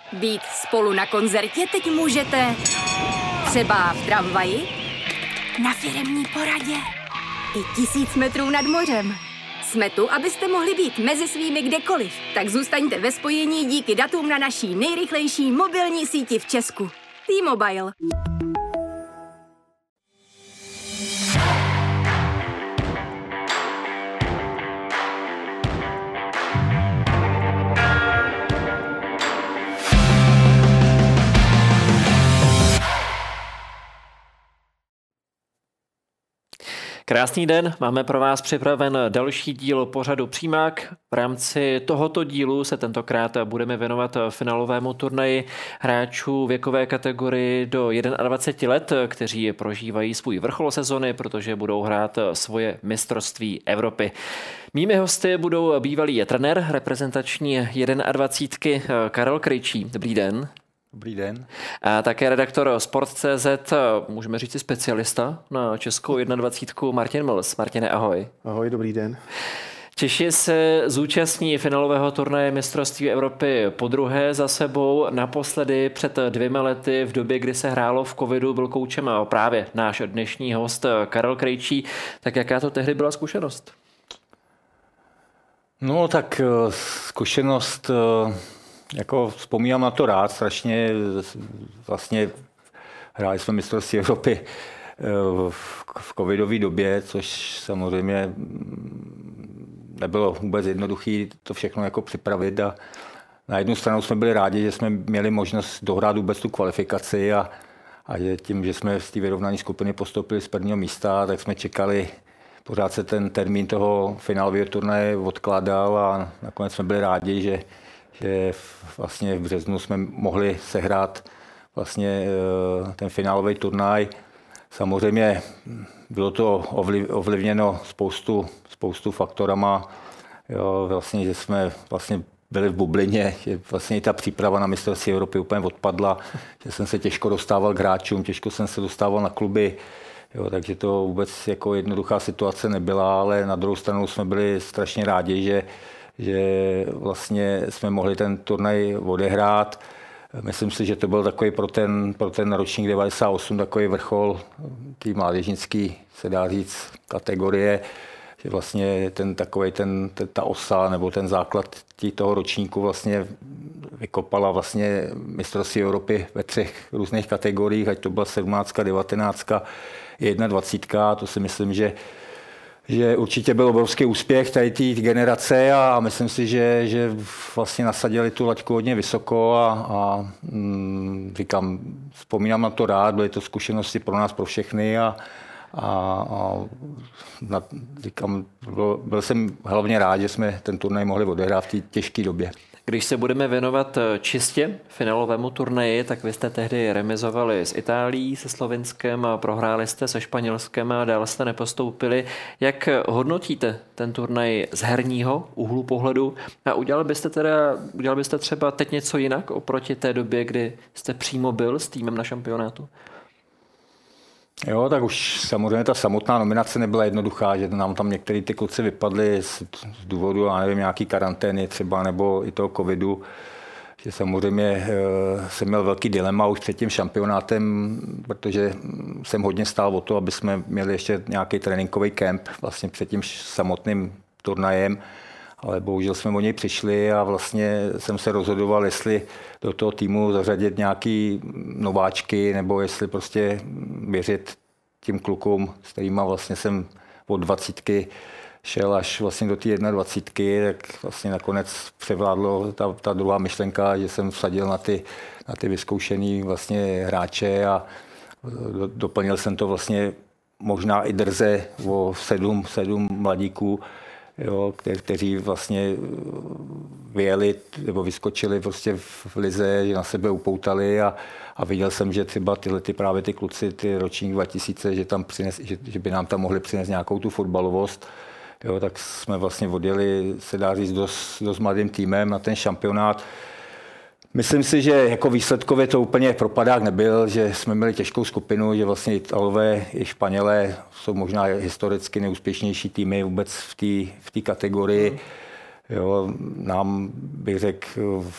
Být spolu na koncertě teď můžete třeba v tramvaji, na firemní poradě i 1000 metrů nad mořem. Jsme tu, abyste mohli být mezi svými kdekoliv. Tak zůstaňte ve spojení díky datům na naší nejrychlejší mobilní síti v Česku. T-Mobile. Krásný den, máme pro vás připraven další díl pořadu Přímák. V rámci tohoto dílu se tentokrát budeme věnovat finálovému turnaji hráčů věkové kategorii do 21 let, kteří prožívají svůj vrchol sezony, protože budou hrát svoje mistrovství Evropy. Mými hosty budou bývalý trenér reprezentační 21 Karel Krejčí. Dobrý den. Dobrý den. A také redaktor Sport.cz, můžeme říct specialista na českou 21 Martin Mls. Martine, ahoj. Ahoj, dobrý den. Češi se zúčastní finálového turnaje mistrovství Evropy podruhé za sebou. Naposledy před 2 lety v době, kdy se hrálo v covidu, byl koučem právě náš dnešní host Karel Krejčí. Tak jaká to tehdy byla zkušenost? No tak zkušenost... Jako vzpomínám na to rád, strašně vlastně hráli jsme mistrovství Evropy v covidové době, což samozřejmě nebylo vůbec jednoduché to všechno jako připravit a na jednu stranu jsme byli rádi, že jsme měli možnost dohrát vůbec tu kvalifikaci a že tím, že jsme z té vyrovnané skupiny postoupili z prvního místa, tak jsme čekali, pořád se ten termín toho finálového turnaje odkládal a nakonec jsme byli rádi, že vlastně v březnu jsme mohli sehrát vlastně ten finálový turnaj. Samozřejmě bylo to ovlivněno spoustu faktorama, jo, vlastně, že jsme vlastně byli v bublině, že vlastně i ta příprava na mistrovství Evropy úplně odpadla, že jsem se těžko dostával k hráčům, těžko jsem se dostával na kluby, jo, takže to vůbec jako jednoduchá situace nebyla, ale na druhou stranu jsme byli strašně rádi, že vlastně jsme mohli ten turnaj odehrát. Myslím si, že to byl takový pro ten ročník 98 takový vrchol té mládežnické, se dá říct, kategorie, že vlastně ta osa nebo ten základ toho ročníku vlastně vykopala vlastně mistrovství Evropy ve 3 různých kategoriích, ať to byla 17, 19, 21. To si myslím, že určitě byl obrovský úspěch tady té generace a myslím si, že vlastně nasadili tu laťku hodně vysoko a říkám, vzpomínám na to rád, byly to zkušenosti pro nás, pro všechny a říkám, byl jsem hlavně rád, že jsme ten turnaj mohli odehrát v té těžké době. Když se budeme věnovat čistě finálovému turnaji, tak vy jste tehdy remizovali s Itálií, se Slovinskem a prohráli jste se Španělskem a dál jste nepostoupili. Jak hodnotíte ten turnaj z herního úhlu pohledu a udělal byste třeba teď něco jinak oproti té době, kdy jste přímo byl s týmem na šampionátu? Jo, tak už samozřejmě ta samotná nominace nebyla jednoduchá, že nám tam některý ty kluci vypadli z důvodu, já nevím, nějaký karantény třeba, nebo i toho covidu, že samozřejmě jsem měl velký dilema už před tím šampionátem, protože jsem hodně stál o to, aby jsme měli ještě nějaký tréninkový kemp vlastně před tím samotným turnajem, ale bohužel jsme o něj přišli a vlastně jsem se rozhodoval, jestli do toho týmu zařadit nějaký nováčky, nebo jestli prostě věřit tím klukům, s kterýma vlastně jsem od 20 šel až vlastně do té 21, tak vlastně nakonec převládlo ta druhá myšlenka, že jsem vsadil na ty vyzkoušený vlastně hráče a doplnil jsem to vlastně možná i drze o 7 mladíků, jo, kteří vlastně vyjeli nebo vyskočili prostě v lize, že na sebe upoutali a viděl jsem, že třeba právě ty kluci, ty ročník 2000, že by nám tam mohli přinést nějakou tu fotbalovost. Jo, tak jsme vlastně odjeli, se dá říct, dost mladým týmem na ten šampionát. Myslím si, že jako výsledkově to úplně propadák nebyl, že jsme měli těžkou skupinu, že vlastně Italové i Španělé jsou možná historicky neúspěšnější týmy vůbec v té kategorii. Jo, nám bych řekl,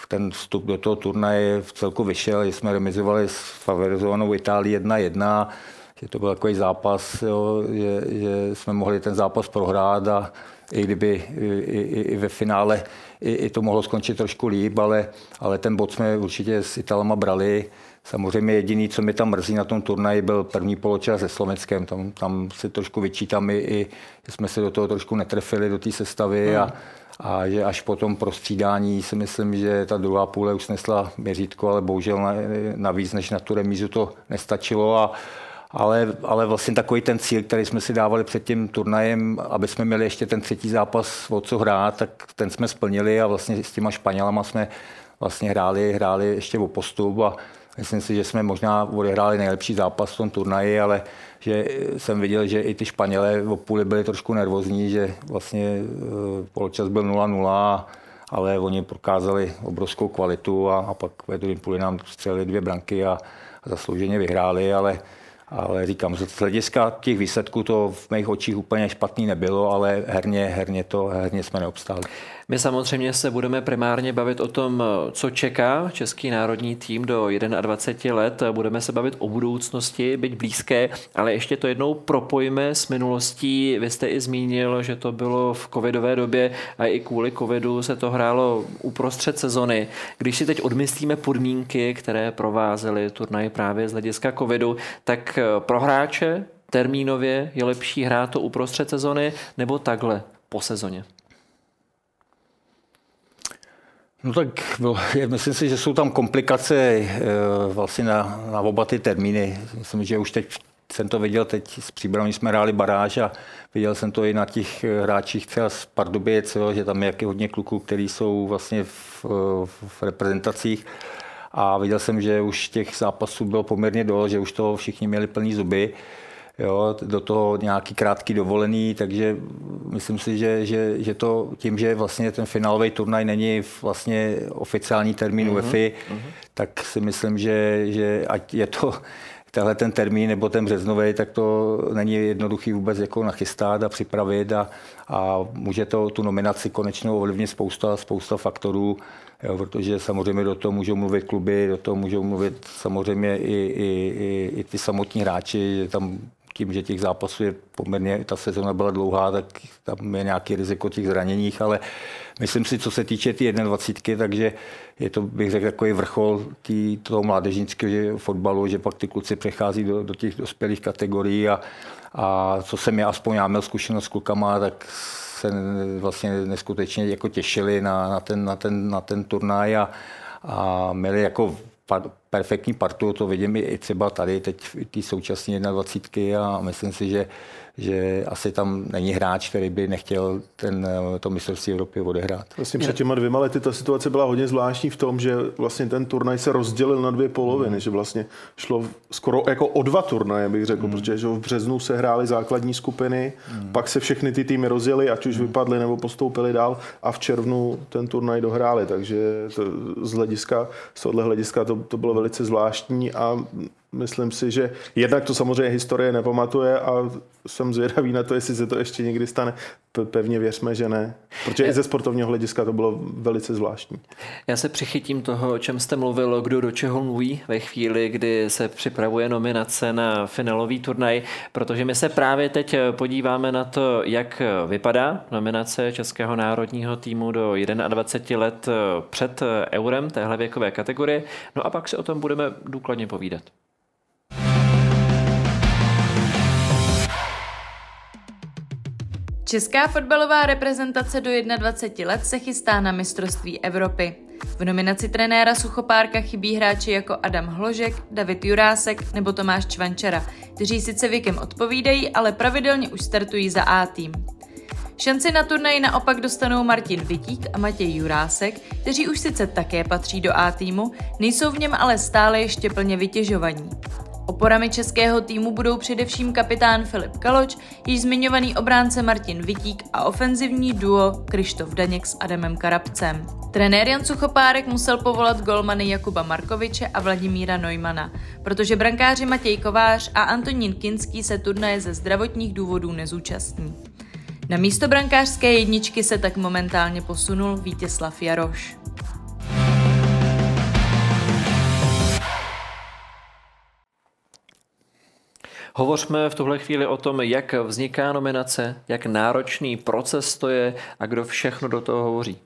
ten vstup do toho turnaje v celku vyšel, že jsme remizovali s favorizovanou Itálií 1-1, že to byl takový zápas, jo, že jsme mohli ten zápas prohrát a i kdyby i ve finále i to mohlo skončit trošku líp, ale ten bod jsme určitě s Italama brali. Samozřejmě jediný, co mi tam mrzí na tom turnaji, byl první poločas se Slovenskem. Tam si trošku vyčítám i že jsme se do toho trošku netrefili, do té sestavy a že až po tom prostřídání si myslím, že ta druhá půle už snesla měřítko, ale bohužel navíc než na tu remízu to nestačilo. Ale vlastně takový ten cíl, který jsme si dávali před tím turnajem, aby jsme měli ještě ten třetí zápas o co hrát, tak ten jsme splnili a vlastně s těma Španělama jsme vlastně hráli ještě o postup a myslím si, že jsme možná odehráli nejlepší zápas v tom turnaji, ale že jsem viděl, že i ty Španělé v půli byli trošku nervózní, že vlastně poločas byl 0-0, ale oni prokázali obrovskou kvalitu a pak ve druhém půli nám střelili 2 branky a zaslouženě vyhráli, ale říkám, z hlediska těch výsledků to v mých očích úplně špatný nebylo, ale herně jsme neobstáli. My samozřejmě se budeme primárně bavit o tom, co čeká český národní tým do 21 let. Budeme se bavit o budoucnosti, byť blízké, ale ještě to jednou propojíme s minulostí. Vy jste i zmínil, že to bylo v covidové době a i kvůli covidu se to hrálo uprostřed sezony. Když si teď odmyslíme podmínky, které provázely turnaj právě z hlediska covidu, tak pro hráče termínově je lepší hrát to uprostřed sezony nebo takhle po sezóně? No tak myslím si, že jsou tam komplikace vlastně na oba ty termíny. Myslím, že už teď jsem to viděl, teď s Příbrami jsme hráli baráž a viděl jsem to i na těch hráčích třeba z Pardubic, že tam je hodně kluků, kteří jsou vlastně v reprezentacích a viděl jsem, že už těch zápasů bylo poměrně dost, že už toho všichni měli plný zuby. Jo, do toho nějaký krátký dovolený, takže myslím si, že to tím, že vlastně ten finálový turnaj není vlastně oficiální termín UEFA, tak si myslím, že ať je to tenhle ten termín nebo ten březnový, tak to není jednoduchý vůbec jako nachystat a připravit a může to tu nominaci konečně ovlivnit spousta faktorů, jo, protože samozřejmě do toho můžou mluvit kluby, do toho můžou mluvit samozřejmě i ty samotní hráči, že tam tím, že těch zápasů je poměrně, ta sezona byla dlouhá, tak tam je nějaký riziko těch zraněních, ale myslím si, co se týče ty 21, takže je to, bych řekl, takový vrchol toho mládežnického fotbalu, že pak ty kluci přechází do těch dospělých kategorií a co jsem já aspoň měl zkušenost s klukama, tak se vlastně neskutečně jako těšili na ten turnaj a měli jako perfektní partu, to vidím i třeba tady teď v té současné 21 a myslím si, že asi tam není hráč, který by nechtěl to mistrovství Evropy odehrát. Vlastně před těma 2 lety ta situace byla hodně zvláštní v tom, že vlastně ten turnaj se rozdělil na 2 poloviny, že vlastně šlo skoro jako o 2 turnaje, bych řekl, protože v březnu se hrály základní skupiny, pak se všechny ty týmy rozjeli, ať už vypadly nebo postoupili dál a v červnu ten turnaj dohráli, takže z tohohle hlediska to bylo velice zvláštní a myslím si, že jednak to samozřejmě historie nepamatuje a jsem zvědavý na to, jestli se to ještě někdy stane. Pevně věřme, že ne. Protože i ze sportovního hlediska to bylo velice zvláštní. Já se přichytím toho, o čem jste mluvil, kdo do čeho mluví ve chvíli, kdy se připravuje nominace na finálový turnaj, protože my se právě teď podíváme na to, jak vypadá nominace českého národního týmu do 21 let před eurem téhle věkové kategorie. No a pak si o tom budeme důkladně povídat. Česká fotbalová reprezentace do 21 let se chystá na mistrovství Evropy. V nominaci trenéra Suchopárka chybí hráči jako Adam Hložek, David Jurásek nebo Tomáš Čvančara, kteří sice věkem odpovídají, ale pravidelně už startují za A tým. Šanci na turnaj naopak dostanou Martin Vitík a Matěj Jurásek, kteří už sice také patří do A týmu, nejsou v něm ale stále ještě plně vytěžovaní. Oporami českého týmu budou především kapitán Filip Kaloč, již zmiňovaný obránce Martin Vitík a ofenzivní duo Krištof Daněk s Adamem Karabcem. Trenér Jan Suchopárek musel povolat golmany Jakuba Markoviče a Vladimíra Neumana, protože brankáři Matěj Kovář a Antonín Kinský se turnaje ze zdravotních důvodů nezúčastní. Na místo brankářské jedničky se tak momentálně posunul Vítězslav Jaroš. Hovořme v tuhle chvíli o tom, jak vzniká nominace, jak náročný proces to je a kdo všechno do toho hovoří.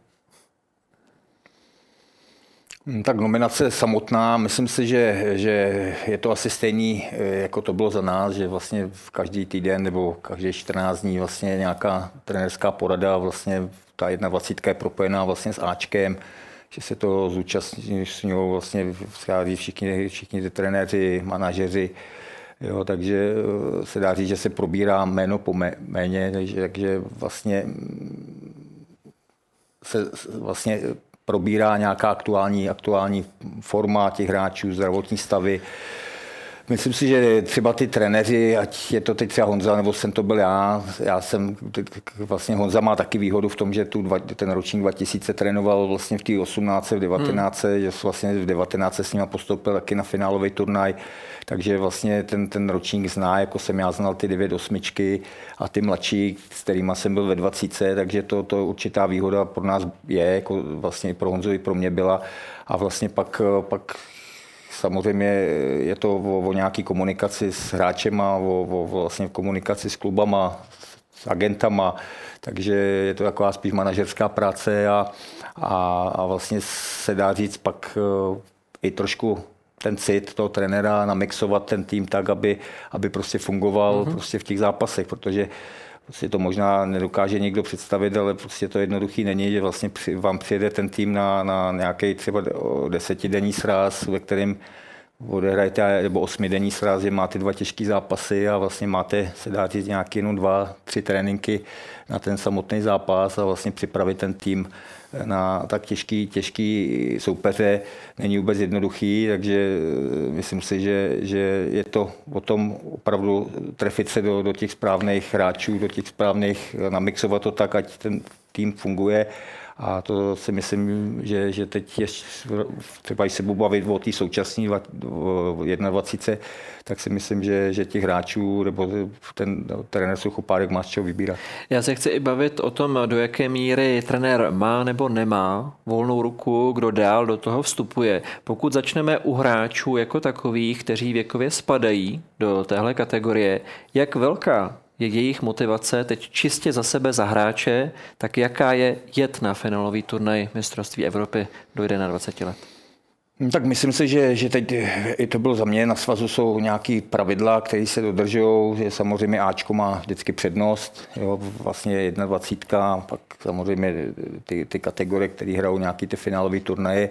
Tak nominace samotná, myslím si, že je to asi stejný, jako to bylo za nás, že vlastně v každý týden nebo každý 14 dní vlastně nějaká trenérská porada, vlastně ta 21 je propojená vlastně s Ačkem, že se to zúčastní vlastně všichni ty trenéři, manažeři, jo, takže se dá říct, že se probírá jméno po jméně, takže vlastně se vlastně probírá nějaká aktuální forma těch hráčů, zdravotní stavy. Myslím si, že třeba ty trenéři, ať je to teď třeba Honza, nebo jsem to byl já jsem, vlastně Honza má taky výhodu v tom, že ten ročník 2000 trénoval vlastně v té 18, v 19, že vlastně v 19 s nima postoupil taky na finálový turnaj, takže vlastně ten ročník zná, jako jsem já znal ty 9 osmičky a ty mladší, s kterýma jsem byl ve 20, takže to určitá výhoda pro nás je, jako vlastně pro Honzu i pro mě byla a vlastně pak samozřejmě je to o nějaké komunikaci s hráčema, o vlastně komunikaci s klubama, s agentama, takže je to taková spíš manažerská práce a vlastně se dá říct pak i trošku ten cit toho trenéra namixovat ten tým tak, aby prostě fungoval prostě v těch zápasech, protože prostě to možná nedokáže někdo představit, ale prostě to jednoduchý není, že vlastně vám přijede ten tým na nějaký třeba 10denní sraz, ve kterém odehrajete, nebo 8denní sraz, že máte 2 těžké zápasy a vlastně máte, se dá říct, nějaké jenom 2-3 tréninky na ten samotný zápas a vlastně připravit ten tým na tak těžký soupeře není vůbec jednoduchý, takže myslím si, že je to o tom opravdu trefit se do těch správných hráčů, do těch správných, namixovat to tak, ať ten tým funguje. A to si myslím, že teď je třeba, když se budu bavit o té současné 21, tak si myslím, že těch hráčů nebo ten trenér Suchopárek má z čeho vybírat. Já se chci i bavit o tom, do jaké míry trenér má nebo nemá volnou ruku, kdo dál do toho vstupuje. Pokud začneme u hráčů jako takových, kteří věkově spadají do téhle kategorie, jak velká je jejich motivace teď čistě za sebe, za hráče, tak jaká je jet na finálový turnaj mistrovství Evropy do 21 let? Tak myslím si, že teď i to bylo za mě, na svazu jsou nějaké pravidla, které se dodržují, že samozřejmě Ačko má vždycky přednost, jo, vlastně 21, pak samozřejmě ty kategorie, které hrajou nějaké ty finálové turnaje,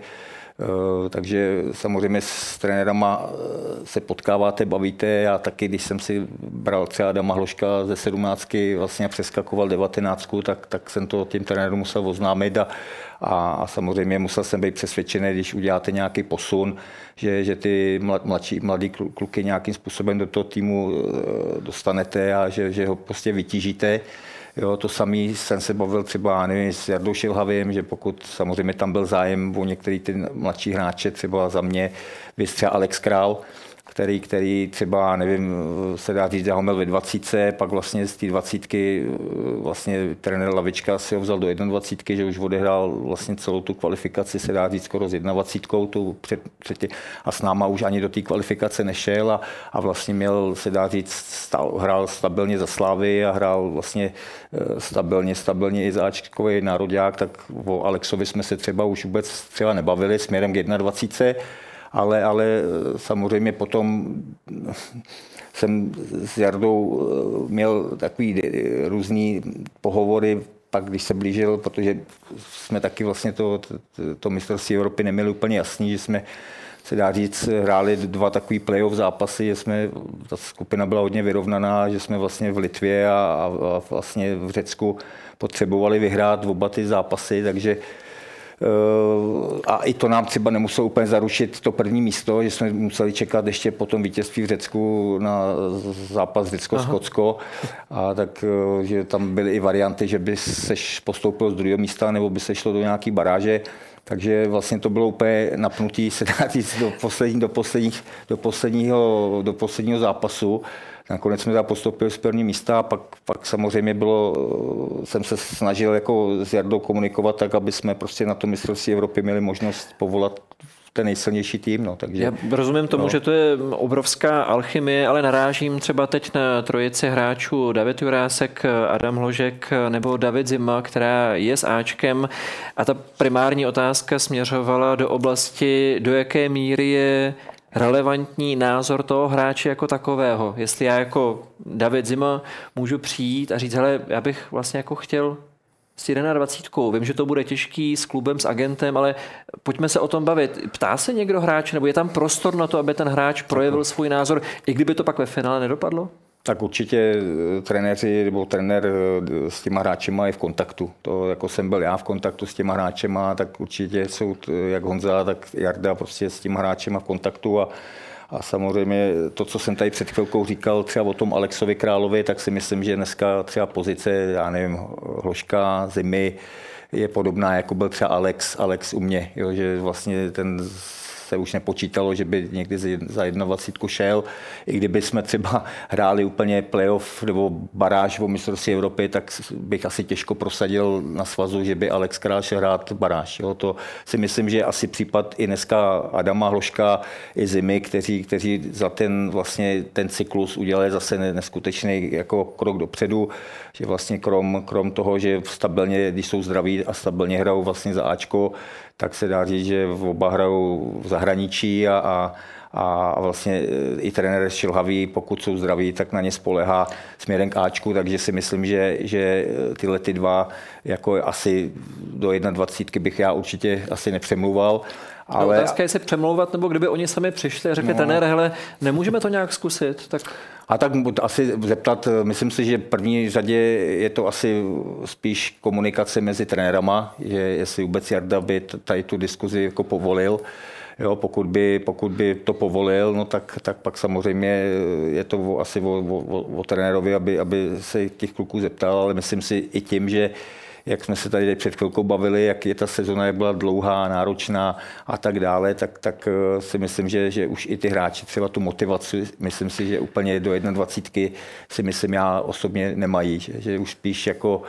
takže samozřejmě s trenérama se potkáváte, bavíte. Já taky, když jsem si bral třeba Adama Hloška ze 17 vlastně přeskakoval 19, tak jsem to tím trenérům musel oznámit a samozřejmě musel jsem být přesvědčený, když uděláte nějaký posun, že ty mladí kluky nějakým způsobem do toho týmu dostanete a že ho prostě vytížíte. Jo, to samý jsem se bavil třeba s Jardou Šilhavým, že pokud samozřejmě tam byl zájem o některý ty mladší hráče, třeba za mě, víc třeba Alex Král, který třeba, nevím, se dá říct, že ho měl ve 20, pak vlastně z té 20 vlastně trenér Lavička si ho vzal do 21, že už odehrál vlastně celou tu kvalifikaci, se dá říct skoro s 21, tu předtím, a s náma už ani do té kvalifikace nešel a vlastně měl, se dá říct, hrál stabilně za Slávy a hrál vlastně stabilně i za Ačkový nároďák, tak o Alexovi jsme se třeba už vůbec třeba nebavili směrem k 21, ale samozřejmě potom jsem s Jardou měl takový různý pohovory, pak když se blížil, protože jsme taky vlastně to mistrovství Evropy neměli úplně jasný, že jsme, se dá říct, hráli 2 takový playoff zápasy, že ta skupina byla hodně vyrovnaná, že jsme vlastně v Litvě a vlastně v Řecku potřebovali vyhrát oba ty zápasy, takže a i to nám třeba nemuselo úplně zarušit to první místo, že jsme museli čekat ještě po tom vítězství v Řecku na zápas Řecko-Skotsko. A tak, že tam byly i varianty, že by se postoupilo z druhého místa nebo by se šlo do nějaký baráže. Takže vlastně to bylo úplně napnutý, se dá říct, do posledního zápasu. Nakonec jsme postoupili z první místa a pak samozřejmě jsem se snažil jako s Jardou komunikovat tak, aby jsme prostě na to mistrovství Evropy měli možnost povolat ten nejsilnější tým. No, takže, já rozumím tomu, že to je obrovská alchymie, ale narážím třeba teď na trojici hráčů David Jurásek, Adam Hložek nebo David Zima, která je s Ačkem, a ta primární otázka směřovala do oblasti, do jaké míry je relevantní názor toho hráče jako takového. Jestli já jako David Zima můžu přijít a říct, hele, já bych vlastně jako chtěl s 21. Vím, že to bude těžký s klubem, s agentem, ale pojďme se o tom bavit. Ptá se někdo hráče, nebo je tam prostor na to, aby ten hráč projevil svůj názor, i kdyby to pak ve finále nedopadlo? Tak určitě trenéři nebo trenér s těma hráčema je v kontaktu. To jako jsem byl já v kontaktu s těma hráčema, tak určitě jsou jak Honza, tak Jarda prostě s těma hráčema v kontaktu a samozřejmě to, co jsem tady před chvilkou říkal třeba o tom Alexovi Královi, tak si myslím, že dneska třeba pozice, já nevím, Hložka, Zimy je podobná, jako byl třeba Alex u mě, jo, že vlastně ten se už nepočítalo, že by někdy za 21 šel. I kdyby jsme třeba hráli úplně playoff nebo baráž o mistrovství Evropy, tak bych asi těžko prosadil na svazu, že by Alex Král šel hrát baráž. Jo. To si myslím, že je asi případ i dneska Adama Hložka, i Zimy, kteří za ten cyklus udělali zase neskutečný jako krok dopředu, že vlastně krom toho, že stabilně, když jsou zdraví a stabilně hrajou vlastně za Ačko, tak se dá říct, že oba hrajou v zahraničí a vlastně i trenér šilhavý, pokud jsou zdraví, tak na ně spolehá směrem k Ačku, takže si myslím, že tyhle ty dva jako asi do 21 bych já určitě asi nepřemluval. Ale otázka je se přemlouvat, nebo kdyby oni sami přišli a řekli, trenér, hele, nemůžeme to nějak zkusit? Tak... A tak asi zeptat, myslím si, že v první řadě je to asi spíš komunikace mezi trenérama, že jestli vůbec Jarda by tady tu diskuzi jako povolil. Jo, pokud by to povolil, no tak pak samozřejmě je to asi o trenérovi, aby se těch kluků zeptal, ale myslím si i tím, že jak jsme se tady před chvilkou bavili, jak je ta sezona, jak byla dlouhá, náročná a tak dále, tak si myslím, že už i ty hráči třeba tu motivaci, myslím si, že úplně do 21 si myslím já osobně nemají, že už spíš jako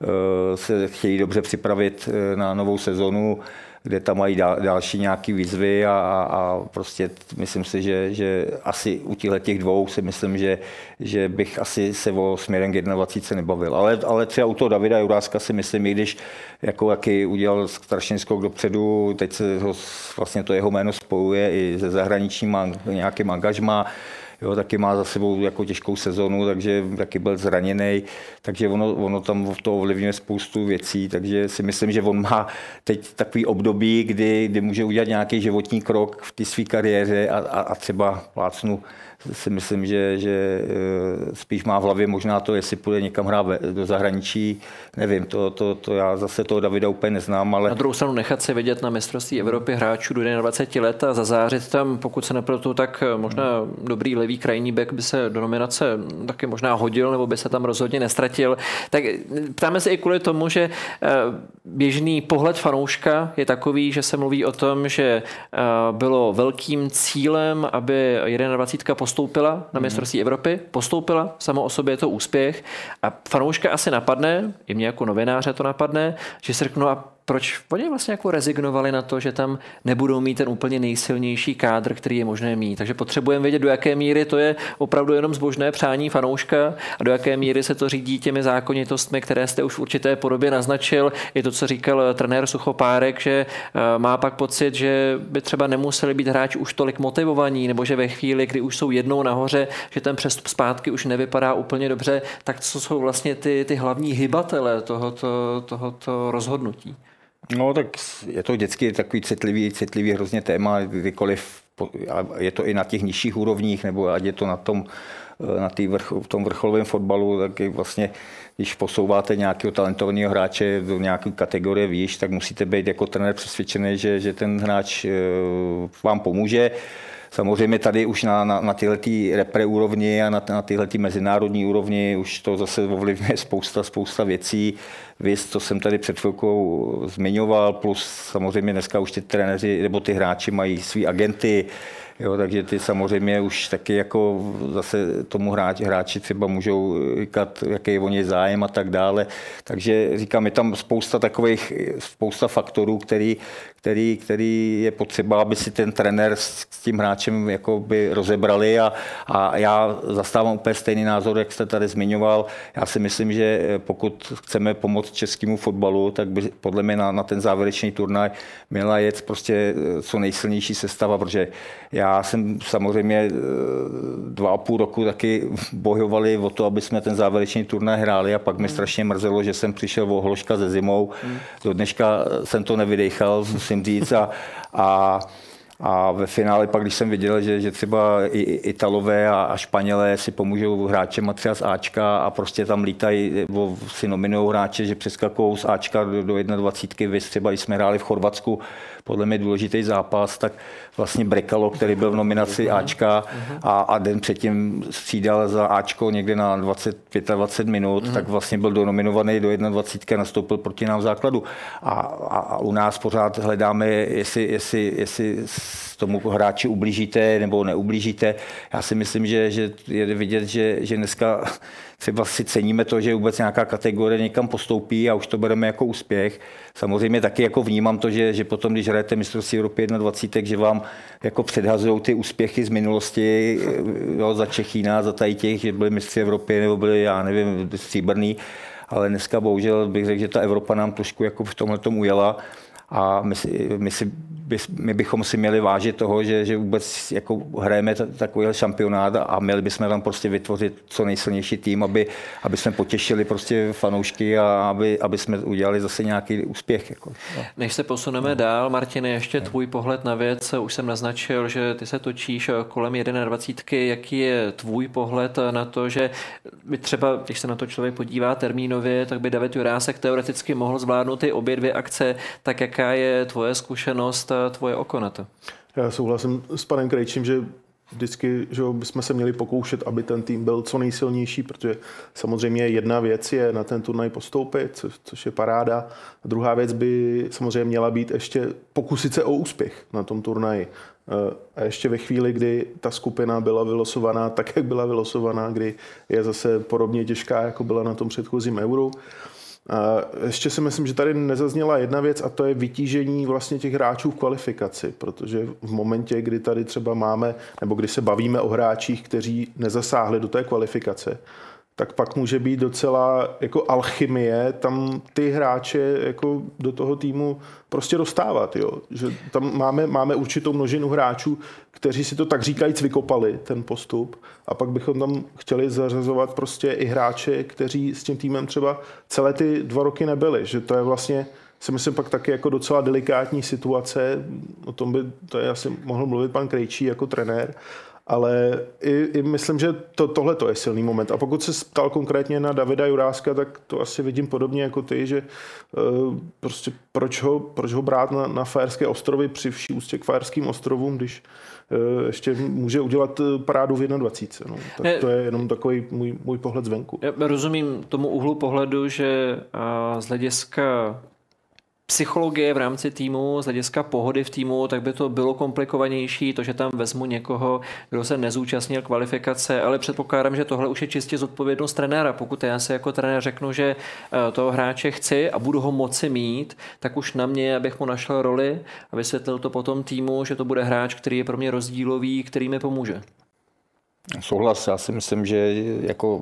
se chtějí dobře připravit na novou sezonu, kde tam mají další nějaké výzvy a prostě myslím si, že asi u těch dvou si myslím, že bych asi se o směrem k 21 nebavil. Ale třeba u toho Davida Juráska si myslím, i když jako jaký udělal strašný skok dopředu, teď se vlastně to jeho jméno spojuje i se zahraničním nějakým angažmá, jo, taky má za sebou jako těžkou sezonu, takže taky byl zraněný, takže ono tam to ovlivňuje spoustu věcí, takže si myslím, že on má teď takový období, kdy může udělat nějaký životní krok v té své kariéře a třeba plácnu si myslím, že spíš má v hlavě možná to, jestli půjde někam hrát do zahraničí, nevím, to já zase toho Davida úplně neznám, ale... Na druhou stranu nechat se vidět na mistrovství Evropy hráčů do 21 let a zazářit tam, pokud se nepletu, tak možná dobrý levý krajní back by se do nominace taky možná hodil, nebo by se tam rozhodně nestratil. Tak ptáme se i kvůli tomu, že běžný pohled fanouška je takový, že se mluví o tom, že bylo velkým cílem, aby 21 postoupila na mistrovství Evropy, postoupila, samo o sobě je to úspěch a fanouška asi napadne, i mě jako novináře to napadne, že se řeknu, a proč oni vlastně jako rezignovali na to, že tam nebudou mít ten úplně nejsilnější kádr, který je možné mít. Takže potřebujeme vědět, do jaké míry to je opravdu jenom zbožné přání fanouška a do jaké míry se to řídí těmi zákonitostmi, které jste už v určité podobě naznačil. Je to, co říkal trenér Suchopárek, že má pak pocit, že by třeba nemuseli být hráči už tolik motivovaní, nebo že ve chvíli, kdy už jsou jednou nahoře, že ten přestup zpátky už nevypadá úplně dobře, tak co jsou vlastně ty hlavní hybatele tohoto rozhodnutí? No tak je to vždycky takový citlivý hrozně téma, kdykoliv je to i na těch nižších úrovních, nebo ať je to v tom vrcholovém fotbalu, tak vlastně, když posouváte nějakého talentovaného hráče do nějaké kategorie výš, tak musíte být jako trenér přesvědčený, že ten hráč vám pomůže. Samozřejmě tady už na tyhletý repre úrovni a na tyhletý mezinárodní úrovni už to zase ovlivňuje spousta věcí. Viz, co jsem tady před chvilkou zmiňoval, plus samozřejmě dneska už ty trenéři nebo ty hráči mají svý agenty, jo, takže ty samozřejmě už taky jako zase tomu hráči třeba můžou říkat, jaký je o něj zájem a tak dále. Takže říkám, je tam spousta faktorů, který je potřeba, aby si ten trenér s tím hráčem jakoby rozebrali a já zastávám úplně stejný názor, jak jste tady zmiňoval. Já si myslím, že pokud chceme pomoct českému fotbalu, tak by podle mě na ten závěrečný turnaj měla jet prostě co nejsilnější sestava, protože já jsem samozřejmě 2,5 roku taky bojovali o to, aby jsme ten závěrečný turnaj hráli a pak mi strašně mrzelo, že jsem přišel o hložka se zimou. Do dneška jsem to nevydechal, musím říct. A ve finále pak, když jsem viděl, že třeba i Italové a Španělé si pomůžou hráčem třeba z Ačka a prostě tam lítají, si nominují hráče, že přeskakují z Ačka do 21. Vy třeba, když jsme hráli v Chorvatsku, podle mě důležitý zápas, tak vlastně Brekalo, který byl v nominaci Ačka a den předtím střídal za Ačko někde na 25 minut, tak vlastně byl donominovaný do 21. nastoupil proti nám v základu. A u nás pořád hledáme, jestli tomu hráči ublížíte nebo neublížíte. Já si myslím, že je vidět, že dneska třeba si ceníme to, že vůbec nějaká kategorie někam postoupí a už to bereme jako úspěch. Samozřejmě taky jako vnímám to, že potom, když hrajete mistrovství Evropy 21, že vám jako předhazují ty úspěchy z minulosti, jo, za Čechína, za tady těch, že byli mistři Evropy nebo byli, já nevím, stříbrný, ale dneska bohužel bych řekl, že ta Evropa nám trošku jako v tomhletom ujela. A my bychom si měli vážit toho, že vůbec jako hrajeme takový šampionát a měli bychom tam prostě vytvořit co nejsilnější tým, aby jsme potěšili prostě fanoušky a aby jsme udělali zase nějaký úspěch. Jako. No. Než se posuneme dál, Martine, ještě tvůj pohled na věc. Už jsem naznačil, že ty se točíš kolem 21. Jaký je tvůj pohled na to, že by třeba, když se na to člověk podívá termínově, tak by David Jurásek teoreticky mohl zvládnout ty obě dvě akce, tak jaká je tvoje zkušenost a tvoje oko na to? Já souhlasím s panem Krejčím, že vždycky, že bychom se měli pokoušet, aby ten tým byl co nejsilnější, protože samozřejmě jedna věc je na ten turnaj postoupit, což je paráda. A druhá věc by samozřejmě měla být ještě pokusit se o úspěch na tom turnaji. A ještě ve chvíli, kdy ta skupina byla vylosovaná tak, jak byla vylosovaná, kdy je zase podobně těžká, jako byla na tom předchozím Euru. A ještě si myslím, že tady nezazněla jedna věc a to je vytížení vlastně těch hráčů v kvalifikaci, protože v momentě, kdy tady třeba máme, nebo kdy se bavíme o hráčích, kteří nezasáhli do té kvalifikace, tak pak může být docela jako alchymie tam ty hráče jako do toho týmu prostě dostávat. Jo? Že tam máme určitou množinu hráčů, kteří si to tak říkajíc vykopali, ten postup, a pak bychom tam chtěli zařazovat prostě i hráče, kteří s tím týmem třeba celé ty 2 roky nebyli. Že to je vlastně, si myslím, pak taky jako docela delikátní situace, o tom by to je asi mohl mluvit pan Krejčí jako trenér, ale i myslím, že tohle je silný moment. A pokud se ptal konkrétně na Davida Juráska, tak to asi vidím podobně jako ty, že prostě proč ho brát na Faerské ostrovy při vší úctě k Faerským ostrovům, když ještě může udělat parádu v 21. No. Tak to je jenom takový můj pohled zvenku. Já rozumím tomu úhlu pohledu, že z hlediska psychologie v rámci týmu, z hlediska pohody v týmu, tak by to bylo komplikovanější, to, že tam vezmu někoho, kdo se nezúčastnil kvalifikace, ale předpokládám, že tohle už je čistě zodpovědnost trenéra. Pokud já se jako trenér řeknu, že toho hráče chci a budu ho moci mít, tak už na mě, abych mu našel roli a vysvětlil to potom týmu, že to bude hráč, který je pro mě rozdílový, který mi pomůže. Souhlas, já si myslím, že jako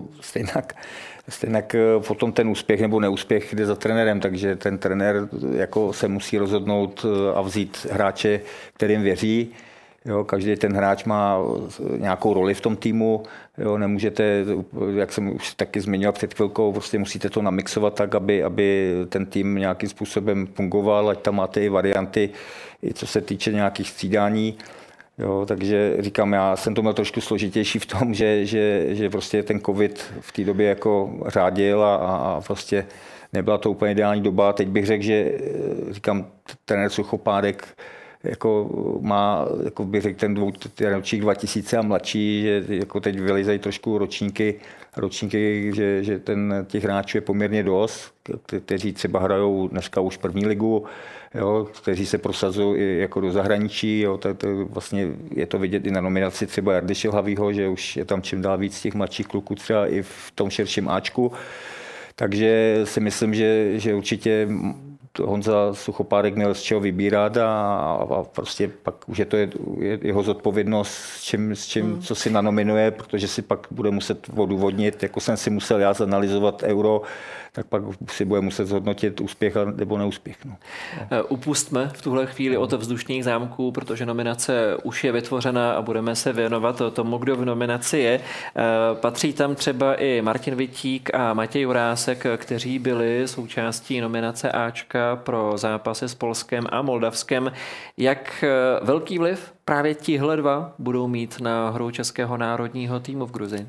stejnak potom ten úspěch nebo neúspěch jde za trenérem, takže ten trenér jako se musí rozhodnout a vzít hráče, kterým věří. Jo, každý ten hráč má nějakou roli v tom týmu, jo, nemůžete, jak jsem už taky zmiňoval před chvilkou, prostě musíte to namixovat tak, aby ten tým nějakým způsobem fungoval, ať tam máte i varianty, i co se týče nějakých střídání. Jo, takže říkám, já jsem to měl trošku složitější v tom, že prostě ten covid v té době jako řádil a prostě nebyla to úplně ideální doba. Teď bych řekl, že říkám, trenér Suchopádek jako má, jako bych řekl, ten ročník 2000 a mladší, že jako teď vylizají trošku ročníky, že těch hráčů je poměrně dost, kteří třeba hrajou dneska už první ligu, jo, kteří se prosazují i jako do zahraničí. Jo, vlastně je to vidět i na nominaci třeba Jardy Šilhavýho, že už je tam čím dál víc těch mladších kluků třeba i v tom širším Ačku. Takže si myslím, že určitě Honza Suchopárek měl z čeho vybírat a prostě pak už je to jeho zodpovědnost s čím co si nanominuje, protože si pak bude muset odůvodnit, jako jsem si musel já zanalyzovat Euro, tak pak si bude muset zhodnotit úspěch nebo neúspěch. No. Upustme v tuhle chvíli od vzdušných zámků, protože nominace už je vytvořena a budeme se věnovat tomu, kdo v nominaci je. Patří tam třeba i Martin Vitík a Matěj Jurásek, kteří byli součástí nominace Ačka pro zápasy s Polskem a Moldavskem. Jak velký vliv právě tihle dva budou mít na hru českého národního týmu v Gruzii?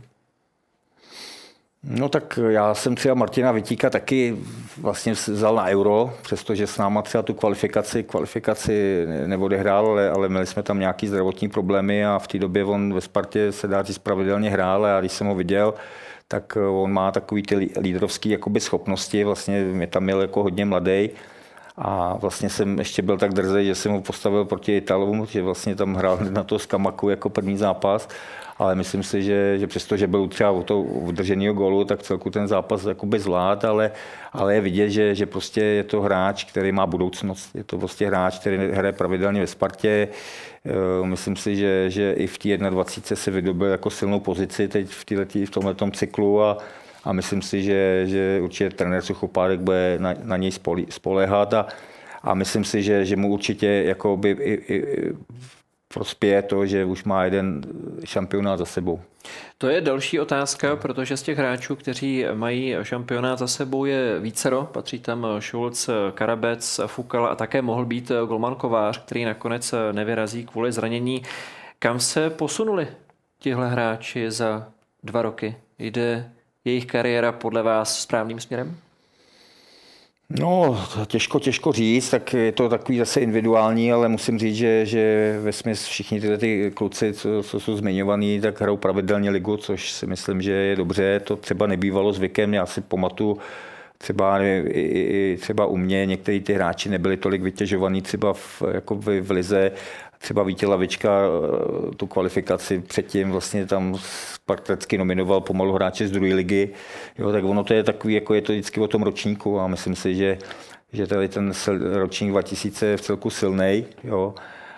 No tak já jsem třeba Martina Vitíka taky vlastně vzal na Euro, přestože s náma třeba tu kvalifikaci neodehrál, ale měli jsme tam nějaký zdravotní problémy a v té době on ve Spartě se dá říct pravidelně hrál a když jsem ho viděl, tak on má takový ty lídrovský jakoby schopnosti, vlastně mě tam měl jako hodně mladý a vlastně jsem ještě byl tak drzej, že jsem ho postavil proti Italům, že vlastně tam hrál na to Skamaku jako první zápas. Ale myslím si, že přesto, že byl třeba o to udrženého gólu, tak celku ten zápas jakoby zvlád, ale je vidět, že prostě je to hráč, který má budoucnost. Je to prostě hráč, který hraje pravidelně ve Spartě. Myslím si, že i v té 21 se vydobil jako silnou pozici teď v tomhletom cyklu a myslím si, že určitě trenér Suchopárek bude na něj spoléhat a myslím si, že mu určitě jakoby i prospěje to, že už má jeden šampionát za sebou. To je další otázka, protože z těch hráčů, kteří mají šampionát za sebou, je vícero. Patří tam Šulc, Karabec, Fukal a také mohl být golman Kovář, který nakonec nevyrazí kvůli zranění. Kam se posunuli tihle hráči za 2 roky? Jde jejich kariéra podle vás správným směrem? No, těžko říct, tak je to takový zase individuální, ale musím říct, že vesměs všichni ty kluci, co jsou zmiňovaní, tak hrajou pravidelně ligu, což si myslím, že je dobře. To třeba nebývalo zvykem, já si pamatuju, třeba u mě některý ty hráči nebyli tolik vytěžovaní třeba v lize. Třeba Vítěz Lavička tu kvalifikaci předtím vlastně tam spartacky nominoval pomalu hráče z druhé ligy. Jo, tak ono to je takový, jako je to vždycky o tom ročníku a myslím si, že tady ten ročník 2000 je v celku silnej. Jo.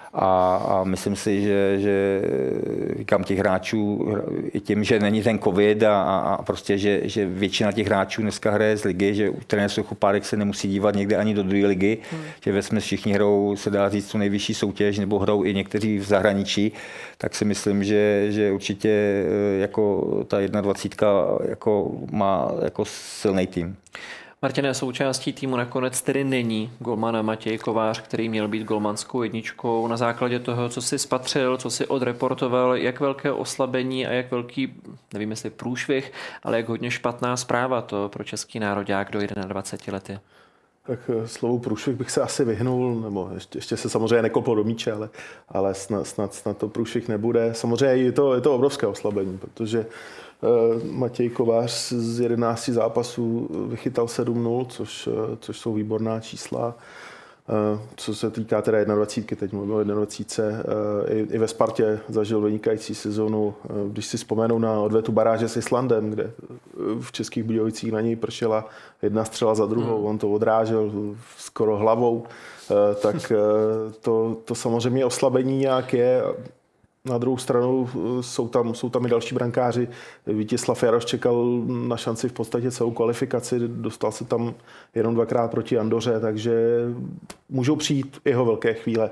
A myslím si, že říkám těch hráčů i tím, že není ten covid a prostě, že většina těch hráčů dneska hraje z ligy, že trenér Suchopárek se nemusí dívat někde ani do druhé ligy, že vesměs všichni hrajou, se dá říct, tu nejvyšší soutěž, nebo hrajou i někteří v zahraničí, tak si myslím, že určitě jako ta 21 jako má jako silný tým. Martine, součástí týmu nakonec tedy není golman Matěj Kovář, který měl být golmanskou jedničkou. Na základě toho, co si spatřil, co si odreportoval, jak velké oslabení a jak velký, nevím jestli průšvih, ale jak hodně špatná zpráva to pro český nároďák do 21 lety. Tak slovu průšvih bych se asi vyhnul, nebo ještě se samozřejmě nekoplo do míče, ale snad to průšvih nebude. Samozřejmě je to obrovské oslabení, protože Matěj Kovář z 11 zápasů vychytal 7-0, což jsou výborná čísla. Co se týká teda 21, teď mluvím o 21, i ve Spartě zažil vynikající sezonu. Když si vzpomenu na odvetu baráže s Islandem, kde v Českých Budějovicích na něj pršela jedna střela za druhou, on to odrážel skoro hlavou, tak to samozřejmě oslabení nějak je. Na druhou stranu jsou tam i další brankáři. Vítězslav Jaroš čekal na šanci v podstatě celou kvalifikaci, dostal se tam jenom 2krát proti Andoře, takže můžou přijít jeho velké chvíle.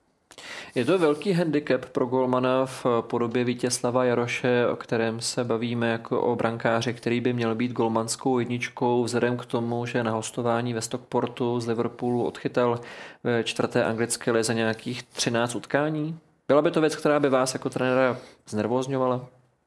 Je to velký handicap pro golmana v podobě Vítězslava Jaroše, o kterém se bavíme jako o brankáři, který by měl být golmanskou jedničkou, vzhledem k tomu, že na hostování ve Stockportu z Liverpoolu odchytal ve 4. anglické lize nějakých 13 utkání? Byla by to věc, která by vás jako trenéra znervózňovala?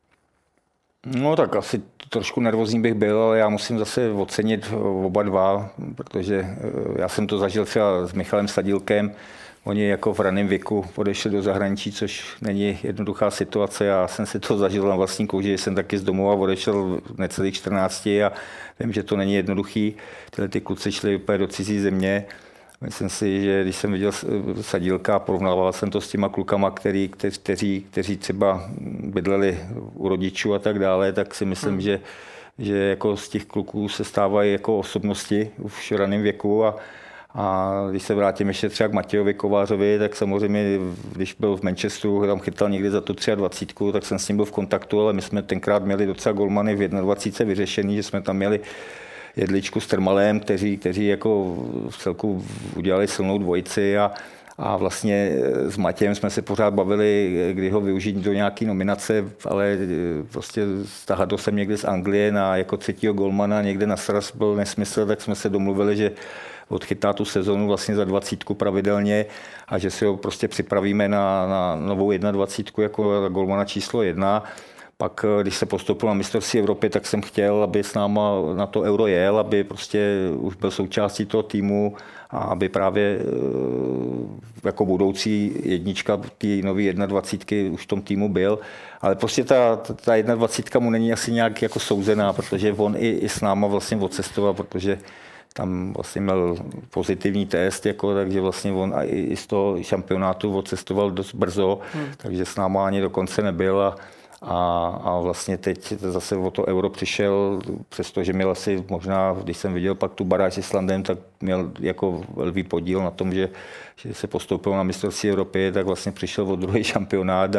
No tak asi trošku nervózní bych byl, ale já musím zase ocenit oba dva, protože já jsem to zažil třeba s Michalem Sadílkem, oni jako v raném věku odešli do zahraničí, což není jednoduchá situace. Já jsem si to zažil na vlastní kůži, že jsem taky z domova odešel necelých 14 a vím, že to není jednoduchý. Ty kluci šli úplně do cizí země. Myslím si, že když jsem viděl Sadílka a porovnával jsem to s těma klukama, kteří třeba bydleli u rodičů a tak dále, tak si myslím, že jako z těch kluků se stávají jako osobnosti už v raném věku a když se vrátím ještě třeba k Matějovi Kovářovi, tak samozřejmě, když byl v Manchesteru, tam chytal někdy za tu 23, tak jsem s ním byl v kontaktu, ale my jsme tenkrát měli docela golmany v 21 vyřešený, že jsme tam měli Jedličku s Trmalem, kteří jako v celku udělali silnou dvojici a vlastně s Matějem jsme se pořád bavili, kdy ho využít do nějaké nominace, ale prostě stahat sem někde z Anglie na jako třetího golmana, někde na sraz byl nesmysl, tak jsme se domluvili, že odchytá tu sezonu vlastně za 20 pravidelně a že si ho prostě připravíme na novou 21 jako golmana číslo 1. Pak, když se postoupil na mistrovství Evropy, tak jsem chtěl, aby s náma na to Euro jel, aby prostě už byl součástí toho týmu a aby právě jako budoucí jednička té nové 21 už v tom týmu byl. Ale prostě ta 21 mu není asi nějak jako souzená, protože on i s náma vlastně odcestoval, protože tam vlastně měl pozitivní test, jako, takže vlastně on i z toho šampionátu odcestoval dost brzo, takže s náma ani dokonce nebyl a vlastně teď zase o to Euro přišel, přestože měl asi možná, když jsem viděl pak tu baráž s Islandem, tak měl jako velký podíl na tom, že se postoupil na mistrovství Evropy, tak vlastně přišel o druhý šampionát,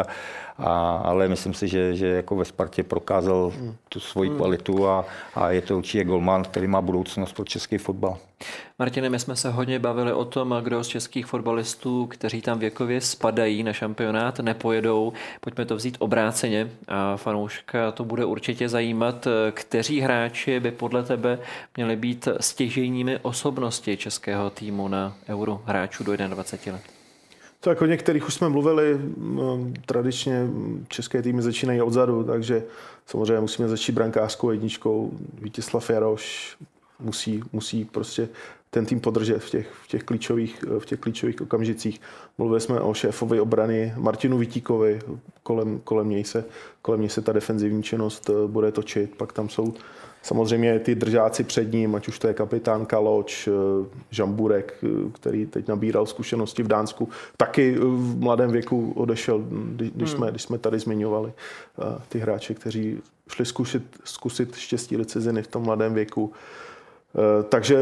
ale myslím si, že jako ve Spartě prokázal tu svoji kvalitu a je to určitě golman, který má budoucnost pro český fotbal. Martine, my jsme se hodně bavili o tom, kdo z českých fotbalistů, kteří tam věkově spadají na šampionát, nepojedou. Pojďme to vzít obráceně a fanouška to bude určitě zajímat. Kteří hráči by podle tebe měli být stěžejními osobnosti českého týmu na Euro hráčů do 21 let? Tak o některých už jsme mluvili, tradičně české týmy začínají odzadu, takže samozřejmě musíme začít brankářskou jedničkou. Vítězslav Jaroš musí prostě ten tým podržet v těch klíčových okamžicích. Mluvili jsme o šéfovi obrany Martinu Vítíkovi, kolem něj se ta defenzivní činnost bude točit, pak tam jsou samozřejmě ty držáci před ním, ať už to je kapitán Kaloč, Žamburek, který teď nabíral zkušenosti v Dánsku, taky v mladém věku odešel, když jsme tady zmiňovali ty hráče, kteří šli zkusit štěstí do ciziny v tom mladém věku. Takže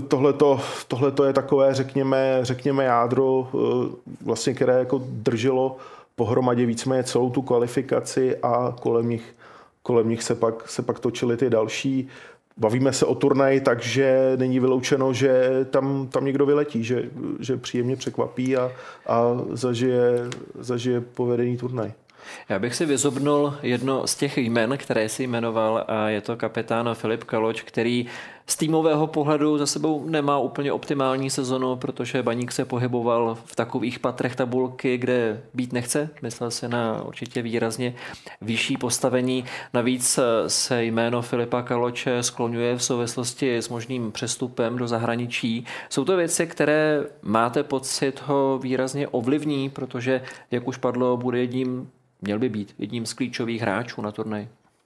tohleto je takové, řekněme jádro, vlastně, které jako drželo pohromadě víceméně celou tu kvalifikaci a kolem nich se pak točily ty další. Bavíme se o turnaji, takže není vyloučeno, že tam někdo vyletí, že příjemně překvapí a zažije povedený turnaj. Já bych si vyzobnul jedno z těch jmen, které si jmenoval, a je to kapitán Filip Kaloč, který z týmového pohledu za sebou nemá úplně optimální sezonu, protože Baník se pohyboval v takových patrech tabulky, kde být nechce. Myslel se na určitě výrazně vyšší postavení. Navíc se jméno Filipa Kaloče skloňuje v souvislosti s možným přestupem do zahraničí. Jsou to věci, které máte pocit ho výrazně ovlivní, protože, jak už padlo, měl by být jedním z klíčových hráčů na turnaji.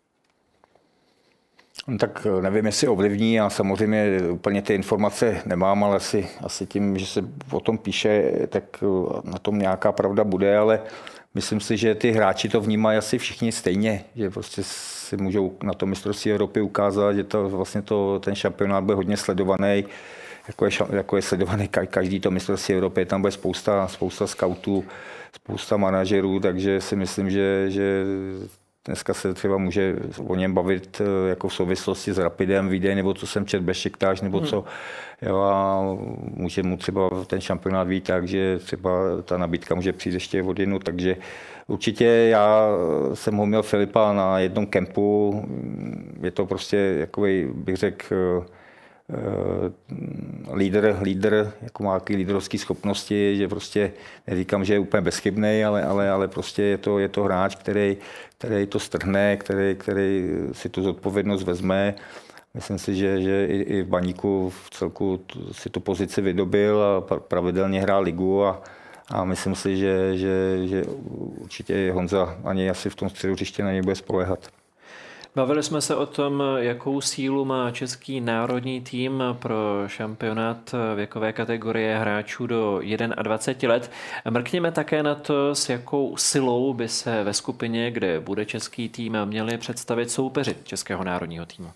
Tak nevím, jestli ovlivní, a samozřejmě úplně ty informace nemám, ale asi tím, že se o tom píše, tak na tom nějaká pravda bude, ale myslím si, že ty hráči to vnímají asi všichni stejně, že prostě si můžou na to mistrovství Evropy ukázat, že ten šampionát bude hodně sledovaný, jako je sledovaný každý to mistrovství Evropy, tam bude spousta scoutů, spousta manažerů, takže si myslím, že dneska se třeba může o něm bavit jako v souvislosti s Rapidem, Vídeň, nebo co jsem četl, Bešiktáš, nebo co. Jo, a může mu třeba ten šampionát být tak, že třeba ta nabídka může přijít ještě od jinu, takže určitě já jsem ho měl Filipa na jednom kempu, je to prostě jakovej, bych řekl, lídr, jako má nějaké lídrovské schopnosti, že prostě neříkám, že je úplně bezchybný, ale prostě je to hráč, který to strhne, který si tu zodpovědnost vezme. Myslím si, že i v Baníku v celku si tu pozici vydobil a pravidelně hrál ligu a myslím si, že určitě Honza ani asi v tom středu hřiště na něj bude spoléhat. Bavili jsme se o tom, jakou sílu má český národní tým pro šampionát věkové kategorie hráčů do 21 let. Mrkněme také na to, s jakou silou by se ve skupině, kde bude český tým, měli představit soupeři českého národního týmu.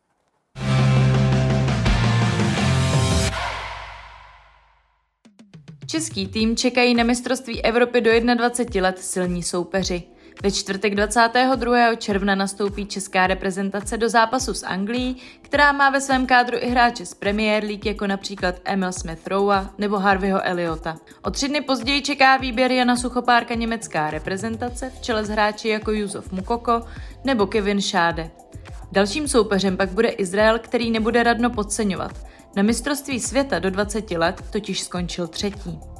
Český tým čekají na mistrovství Evropy do 21 let silní soupeři. Ve čtvrtek 22. června nastoupí česká reprezentace do zápasu s Anglií, která má ve svém kádru i hráče z Premier League, jako například Emil Smith-Rowe nebo Harveyho Elliota. O 3 dny později čeká výběr Jana Suchopárka německá reprezentace v čele s hráči jako Yusuf Moukoko nebo Kevin Schade. Dalším soupeřem pak bude Izrael, který nebude radno podceňovat. Na mistrovství světa do 20 let totiž skončil 3.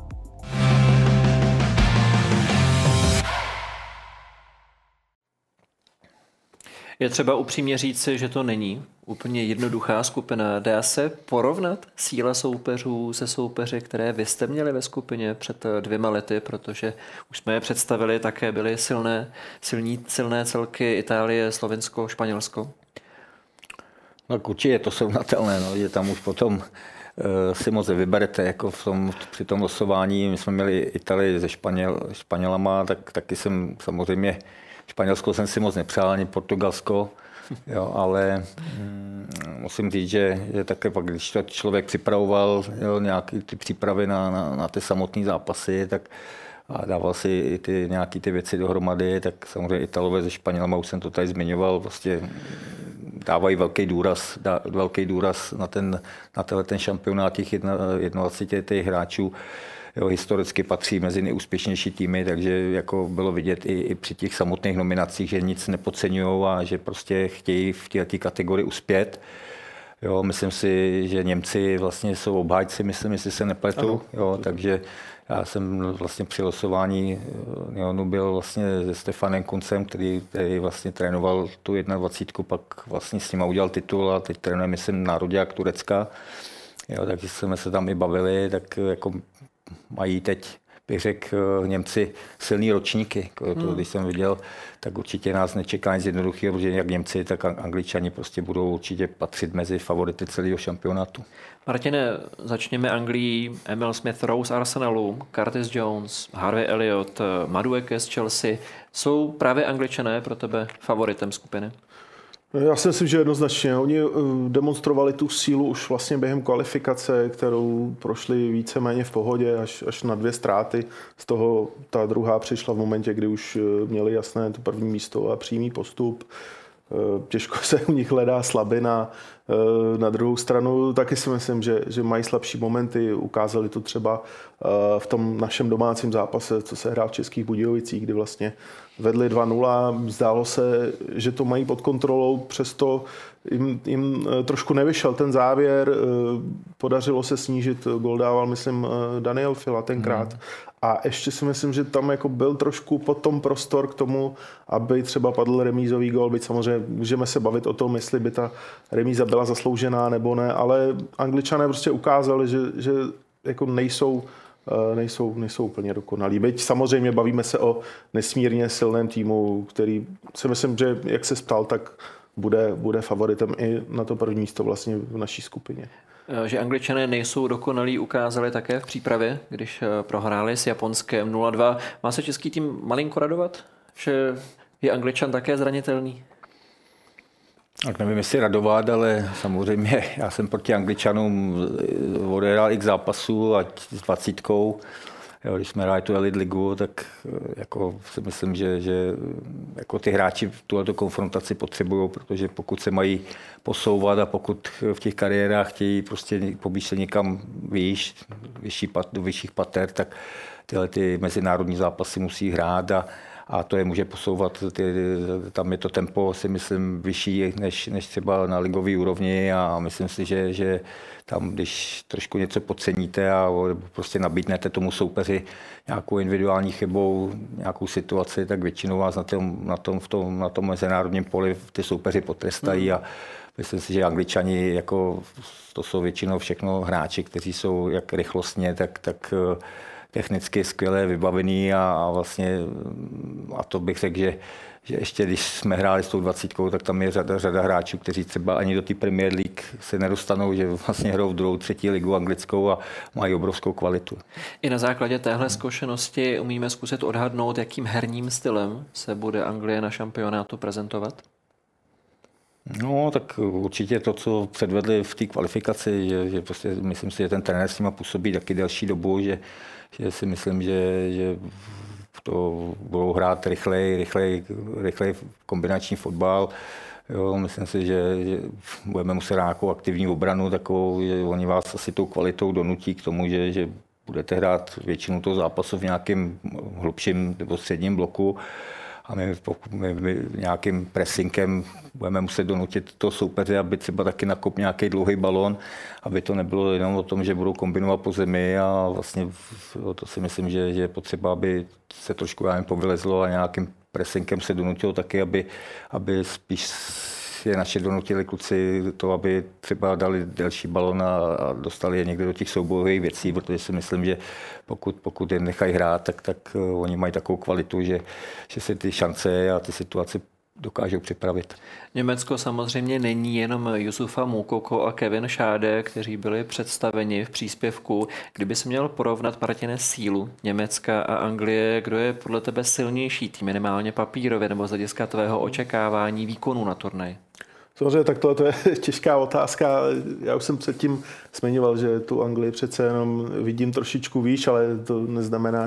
Je třeba upřímně říci, že to není úplně jednoduchá skupina. Dá se porovnat síla soupeřů se soupeři, které vy jste měli ve skupině před 2 lety, protože už jsme je představili, také byly silné celky Itálie, Slovensko, Španělsko? No určitě je to srovnatelné, no, že tam už potom si moc vyberete, jako při tom losování. My jsme měli Itálii se Španělama, tak taky jsem samozřejmě Španělsko jsem si moc nepřál, ani Portugalsko, jo, ale musím říct, že také pak, když to člověk připravoval, nějaké ty přípravy na ty samotné zápasy, tak a dával si i nějaké ty věci dohromady, tak samozřejmě Italové se Španělama, už jsem to tady zmiňoval, prostě dávají velký důraz na ten šampionát těch 21 hráčů. Jo, historicky patří mezi nejúspěšnější týmy, takže jako bylo vidět i při těch samotných nominacích, že nic nepodceňují a že prostě chtějí v této kategorii uspět. Jo, myslím si, že Němci vlastně jsou obhájci, myslím, jestli se nepletu. Jo, takže já jsem vlastně při losování byl vlastně se Stefanem Kuncem, který vlastně trénoval tu 21, pak vlastně s nima udělal titul a teď trénuje, myslím, národák Turecka. Jo, takže jsme se tam i bavili, tak jako mají teď, bych řekl, Němci silný ročníky. To, když jsem viděl, tak určitě nás nečeká nic jednoduchého, protože jak Němci, tak Angličani prostě budou určitě patřit mezi favority celého šampionátu. Martine, začněme Anglií. Emil Smith-Rowe z Arsenalu, Curtis Jones, Harvey Elliott, Madueke z Chelsea. Jsou právě Angličané pro tebe favoritem skupiny? Já si myslím, že jednoznačně. Oni demonstrovali tu sílu už vlastně během kvalifikace, kterou prošli víceméně v pohodě, až na 2 ztráty. Z toho ta druhá přišla v momentě, kdy už měli jasné to první místo a přímý postup. Těžko se u nich hledá slabina. Na druhou stranu taky si myslím, že mají slabší momenty. Ukázali to třeba v tom našem domácím zápase, co se hrál v Českých Budějovicích, kdy vlastně vedli 2-0. Zdálo se, že to mají pod kontrolou, přesto jim trošku nevyšel ten závěr. Podařilo se snížit, gól dával, myslím, Daniel Fila tenkrát. A ještě si myslím, že tam jako byl trošku potom prostor k tomu, aby třeba padl remízový gól, byť samozřejmě můžeme se bavit o tom, jestli by ta remíza byla zasloužená nebo ne, ale Angličané prostě ukázali, že jako nejsou úplně dokonalí. Byť samozřejmě bavíme se o nesmírně silném týmu, který si myslím, že jak se ptal, tak bude favoritem i na to první místo vlastně v naší skupině. Že Angličané nejsou dokonalí, ukázali také v přípravě, když prohráli s Japonskem 0-2. Má se český tým malinko radovat, že je Angličan také zranitelný? Tak nevím, jestli radovat, ale samozřejmě já jsem proti Angličanům odehrál x zápasů, ať s 20. Jo, když jsme hráli tu Elite ligu, tak jako si myslím, že jako ty hráči v tuhleto konfrontaci potřebují, protože pokud se mají posouvat a pokud v těch kariérách chtějí prostě pobít se někam výš, do vyšších pater, tak tyhle ty mezinárodní zápasy musí hrát a to je může posouvat, tam je to tempo, si myslím, vyšší než třeba na ligové úrovni a myslím si, že tam, když trošku něco podceníte a prostě nabídnete tomu soupeři nějakou individuální chybou, nějakou situaci, tak většinou vás na tom mezinárodním poli ty soupeři potrestají a myslím si, že Angličani jako, to jsou většinou všechno hráči, kteří jsou jak rychlostně, tak technicky skvěle vybavený a vlastně, a to bych řekl, že ještě když jsme hráli s tou 20, tak tam je řada hráčů, kteří třeba ani do té Premier League se nedostanou, že vlastně hrajou v 2., 3. ligu anglickou a mají obrovskou kvalitu. I na základě téhle zkušenosti umíme zkusit odhadnout, jakým herním stylem se bude Anglie na šampionátu prezentovat? No, tak určitě to, co předvedli v té kvalifikaci, že prostě myslím si, že ten trenér s nima působí taky delší dobu, že si myslím, že to budou hrát rychleji kombinační fotbal. Jo, myslím si, že budeme muset hrát nějakou aktivní obranu, takovou, že oni vás asi tou kvalitou donutí k tomu, že budete hrát většinu toho zápasu v nějakém hlubším nebo středním bloku. A my nějakým pressingem budeme muset donutit toho soupeře, aby třeba taky nakop nějaký dlouhý balón, aby to nebylo jenom o tom, že budou kombinovat po zemi a vlastně to si myslím, že je potřeba, aby se trošku povylezlo a nějakým pressingem se donutilo taky, aby spíš je naše donutili kluci to, aby třeba dali delší balon a dostali je někde do těch soubojových věcí, protože si myslím, že pokud je nechají hrát, tak oni mají takovou kvalitu, že se ty šance a ty situace dokážou připravit. Německo samozřejmě není jenom Youssoufa Moukoko a Kevin Schade, kteří byli představeni v příspěvku. Kdyby se měl porovnat, Martine, sílu Německa a Anglie, kdo je podle tebe silnější tým, minimálně papírově nebo z hlediska tvého očekávání výkonu na turnaji? Samozřejmě, tak to je těžká otázka. Já už jsem předtím zmiňoval, že tu Anglii přece jenom vidím trošičku výš, ale to neznamená,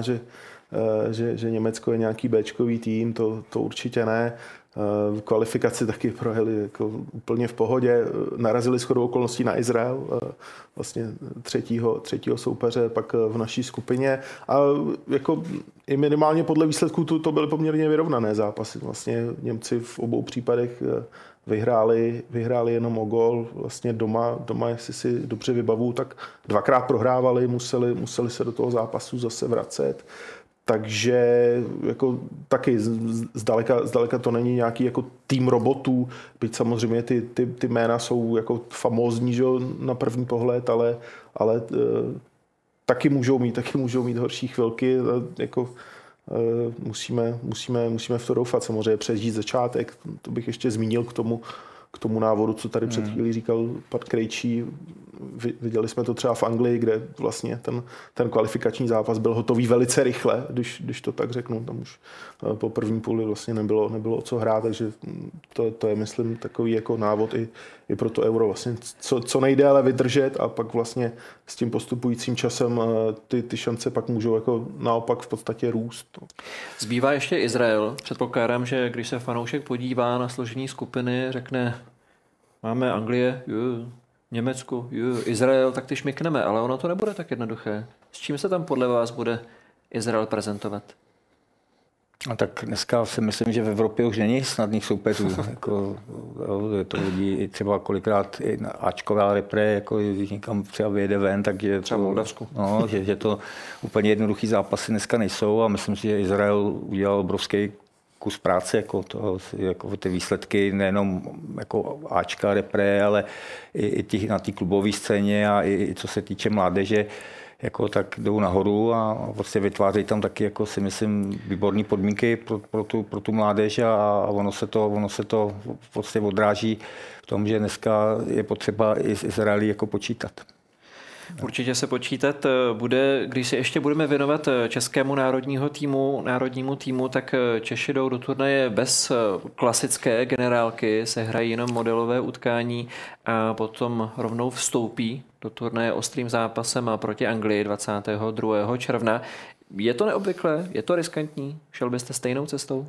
že Německo je nějaký béčkový tým, to určitě ne. Kvalifikaci taky projeli jako úplně v pohodě. Narazili shodou okolností na Izrael, vlastně třetího soupeře pak v naší skupině. A jako i minimálně podle výsledků to byly poměrně vyrovnané zápasy. Vlastně Němci v obou případech vyhráli jenom o gól. Vlastně doma, jestli si dobře vybavu, tak 2krát prohrávali, museli se do toho zápasu zase vracet. Takže jako taky zdaleka to není nějaký jako tým robotů, byť samozřejmě ty jména jsou jako famózní, že, na první pohled, ale taky můžou mít horší chvilky, jako musíme v to doufat, samozřejmě přežít začátek, to bych ještě zmínil k tomu návodu, co tady před chvílí říkal pan Krejčí. Viděli jsme to třeba v Anglii, kde vlastně ten kvalifikační zápas byl hotový velice rychle, když to tak řeknu. Tam už po první půli vlastně nebylo o co hrát, takže to je, myslím, takový jako návod i pro to Euro. Vlastně co nejdéle vydržet a pak vlastně s tím postupujícím časem ty šance pak můžou jako naopak v podstatě růst. Zbývá ještě Izrael. Předpokládám, že když se fanoušek podívá na složení skupiny, řekne, máme Anglie, Německo, Izrael, tak ty šmykneme, ale ono to nebude tak jednoduché. S čím se tam podle vás bude Izrael prezentovat? A tak dneska si myslím, že v Evropě už není snadných soupeřů. Jako, to vidí i třeba kolikrát i Ačková repre, jako když někam třeba vyjede ven, takže třeba v Moldavsku. No, že to úplně jednoduchý zápasy dneska nejsou a myslím si, že Izrael udělal obrovský kus práce, jako ty výsledky nejenom jako Ačka, repre, ale i na té klubové scéně a i co se týče mládeže, jako tak jdou nahoru a vlastně vytvářejí tam taky, jako si myslím, výborné podmínky pro tu mládež a ono se to vlastně odráží v tom, že dneska je potřeba i s Izraelí jako počítat. Určitě se počítat bude, když se ještě budeme věnovat českému národnímu týmu, tak Češi jdou do turnaje bez klasické generálky, se hrají jenom modelové utkání a potom rovnou vstoupí do turnaje ostrým zápasem proti Anglii 22. června. Je to neobvyklé? Je to riskantní? Šel byste stejnou cestou?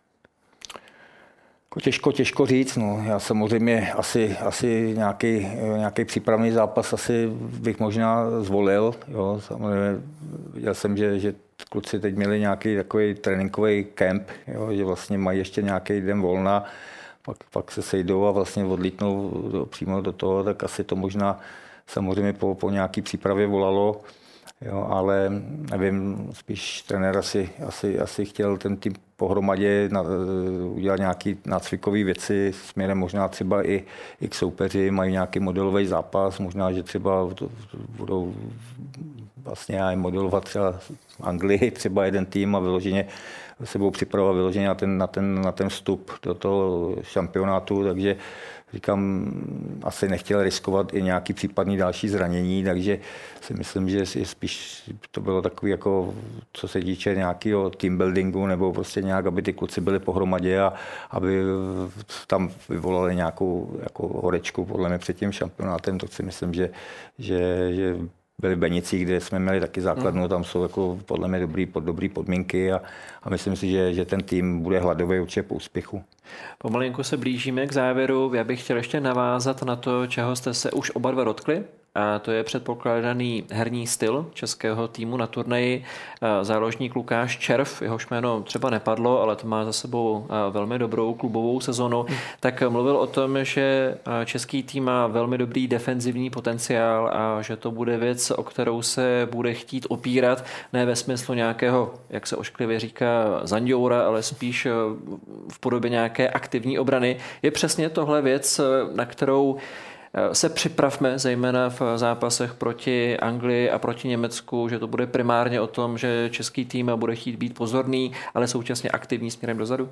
Těžko říct. No. Já samozřejmě asi nějaký přípravný zápas asi bych možná zvolil. Jo. Samozřejmě viděl jsem, že kluci teď měli nějaký takový tréninkový kemp, jo, že vlastně mají ještě nějaký den volna, pak se sejdou a vlastně odlítnou přímo do toho, tak asi to možná samozřejmě po nějaký přípravě volalo. Jo, ale nevím, spíš trenér asi chtěl ten tým pohromadě udělat nějaké nácvikové věci směrem možná třeba i k soupeři, mají nějaký modelový zápas, možná, že třeba budou vlastně já modelovat třeba v Anglii třeba jeden tým a vyloženě se budou připravovat vyloženě na ten vstup do toho šampionátu, takže říkám, asi nechtěl riskovat i nějaký případný další zranění, takže si myslím, že spíš to bylo takový, jako, co se týče nějakého team buildingu, nebo prostě nějak, aby ty kluci byli pohromadě a aby tam vyvolali nějakou jako horečku podle mě před tím šampionátem, to si myslím, že byli v Benicích, kde jsme měli taky základnu, tam jsou jako podle mě dobrý podmínky a myslím si, že ten tým bude hladový určitě po úspěchu. Pomalinku se blížíme k závěru. Já bych chtěl ještě navázat na to, čeho jste se už oba dva dotkli. A to je předpokládaný herní styl českého týmu na turnaji. Záložník Lukáš Červ, jehož jméno třeba nepadlo, ale to má za sebou velmi dobrou klubovou sezonu, tak mluvil o tom, že český tým má velmi dobrý defenzivní potenciál a že to bude věc, o kterou se bude chtít opírat, ne ve smyslu nějakého, jak se ošklivě říká, zanděura, ale spíš v podobě nějaké aktivní obrany. Je přesně tohle věc, na kterou se připravme, zejména v zápasech proti Anglii a proti Německu, že to bude primárně o tom, že český tým bude chtít být pozorný, ale současně aktivní směrem dozadu?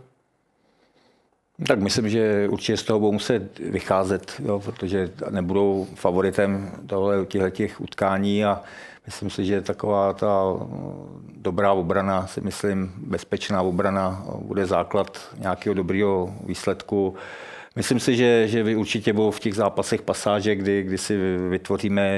Tak myslím, že určitě z toho budou muset vycházet, jo, protože nebudou favoritem těch utkání a myslím si, že taková ta dobrá obrana, si myslím, bezpečná obrana bude základ nějakého dobrého výsledku. Myslím si, že vy určitě budou v těch zápasech pasáže, kdy si vytvoříme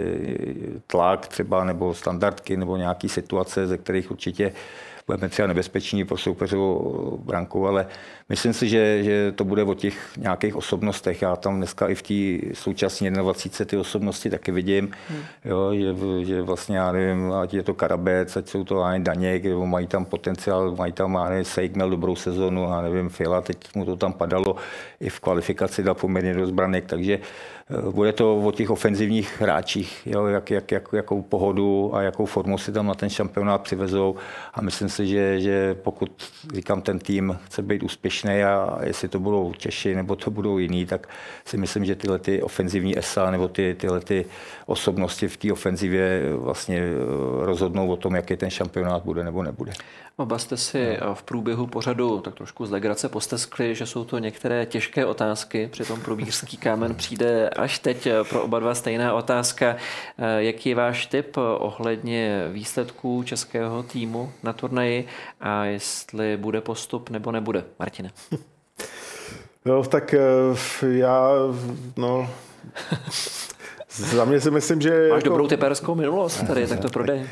tlak třeba nebo standardky nebo nějaké situace, ze kterých určitě budeme třeba nebezpeční pro soupeřovou branku, ale myslím si, že to bude o těch nějakých osobnostech. Já tam dneska i v té současné 21 ty osobnosti taky vidím, jo, že vlastně, já nevím, ať je to Karabec, ať jsou to Daněk, mají tam potenciál, mají tam, já nevím, Sejk měl dobrou sezonu, já nevím, Fila, teď mu to tam padalo, i v kvalifikaci dal poměrně dost branek, takže bude to o těch ofenzivních hráčích, jo, jakou pohodu a jakou formu si tam na ten šampionát přivezou a myslím si, že pokud, říkám, ten tým chce být úspěšný a jestli to budou Češi nebo to budou jiní, tak si myslím, že tyhle ty ofenzivní esa nebo tyhle ty osobnosti v té ofenzivě vlastně rozhodnou o tom, jaký ten šampionát bude nebo nebude. Oba jste si v průběhu pořadu tak trošku z legrace posteskli, že jsou to některé těžké otázky, přitom průbířský kámen přijde až teď. Pro oba dva stejná otázka. Jaký je váš tip ohledně výsledků českého týmu na turnaji a jestli bude postup nebo nebude? Martine. No, tak já, za mě si myslím, že... Máš dobrou typerskou minulost tady, tak to prodej.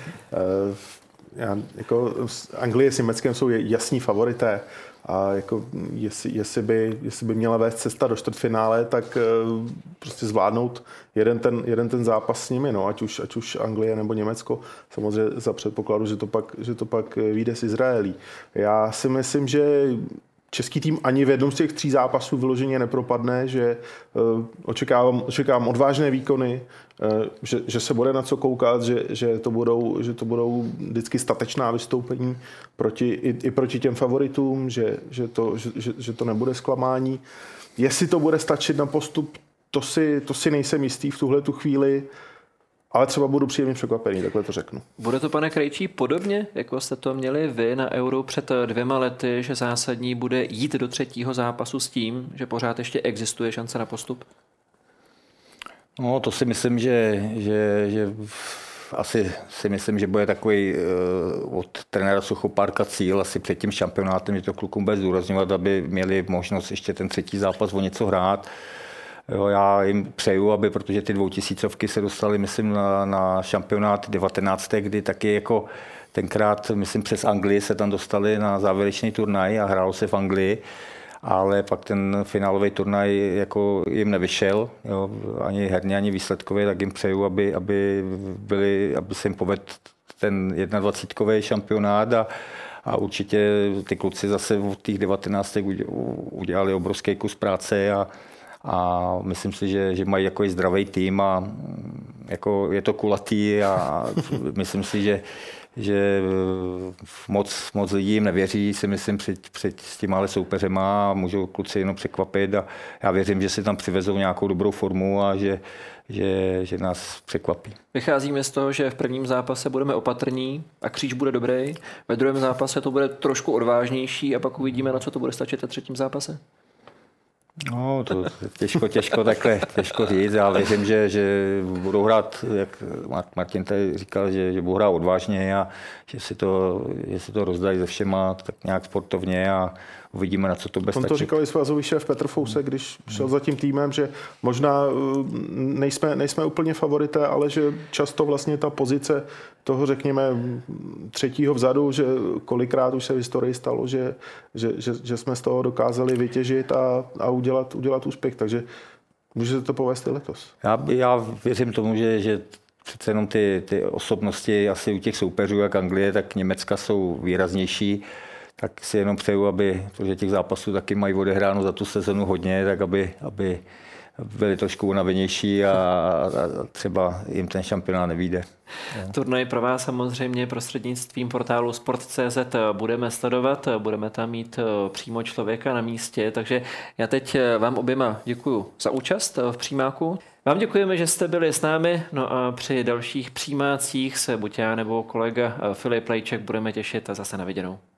Anglie s Německem jsou jasní favorité a jako jestli by měla vést cesta do čtvrtfinále, tak prostě zvládnout jeden ten zápas s nimi, no, ať už Anglie nebo Německo, samozřejmě za předpokladu, že to pak vyjde z Izraelí. Já si myslím, že český tým ani v jednom z těch 3 zápasů vyloženě nepropadne, že očekávám odvážné výkony, že se bude na co koukat, že to budou vždycky statečná vystoupení i proti těm favoritům, že to nebude zklamání. Jestli to bude stačit na postup, to si nejsem jistý v tuhletu chvíli. Ale třeba budu příjemně překvapený, takhle to řeknu. Bude to, pane Krejčí, podobně, jako jste to měli vy na Euro před 2 lety, že zásadní bude jít do 3. zápasu s tím, že pořád ještě existuje šance na postup? No, to si myslím, že asi si myslím, že bude takový od trenéra Suchopárka cíl asi před tím šampionátem, že to klukům bude zdůrazňovat, aby měli možnost ještě ten 3. zápas o něco hrát. Jo, já jim přeju, protože ty 2000 se dostaly, myslím, na šampionát 19. kdy taky jako tenkrát, myslím, přes Anglii se tam dostali na závěrečný turnaj a hrálo se v Anglii, ale pak ten finálový turnaj jako jim nevyšel, jo, ani herně, ani výsledkově, tak jim přeju, aby se jim povedl ten 21. šampionát a určitě ty kluci zase v těch 19. udělali obrovský kus práce a myslím si, že mají jako zdravý tým a jako je to kulatý a myslím si, moc lidí jim nevěří, si myslím, před s těma soupeřema a můžou kluci jenom překvapit a já věřím, že si tam přivezou nějakou dobrou formu a že nás překvapí. Vycházíme z toho, že v prvním zápase budeme opatrní a kříž bude dobrý, ve druhém zápase to bude trošku odvážnější a pak uvidíme, na co to bude stačit ve třetím zápase. No, to těžko říct. Já věřím, že budou hrát, jak Martin tady říkal, že budou hrát odvážně a že si to rozdají se všema tak nějak sportovně a uvidíme, na co to bude stačit. On to říkal i svazový šéf Petr Fousek, když šel za tím týmem, že možná nejsme úplně favorité, ale že často vlastně ta pozice toho, řekněme, třetího vzadu, že kolikrát už se v historii stalo, že jsme z toho dokázali vytěžit a udělat úspěch. Takže může se to povést i letos. Já věřím tomu, že přece jenom ty osobnosti asi u těch soupeřů, jak Anglie, tak Německa jsou výraznější. Tak si jenom přeju, protože těch zápasů taky mají odehráno za tu sezonu hodně, tak aby byli trošku unavenější a třeba jim ten šampionát nevyjde. Turnaj pro vás samozřejmě prostřednictvím portálu sport.cz budeme sledovat, budeme tam mít přímo člověka na místě, takže já teď vám oběma děkuju za účast v přímáku. Vám děkujeme, že jste byli s námi, no a při dalších přímácích se buď já nebo kolega Filip Lejček budeme těšit a zase na viděnou.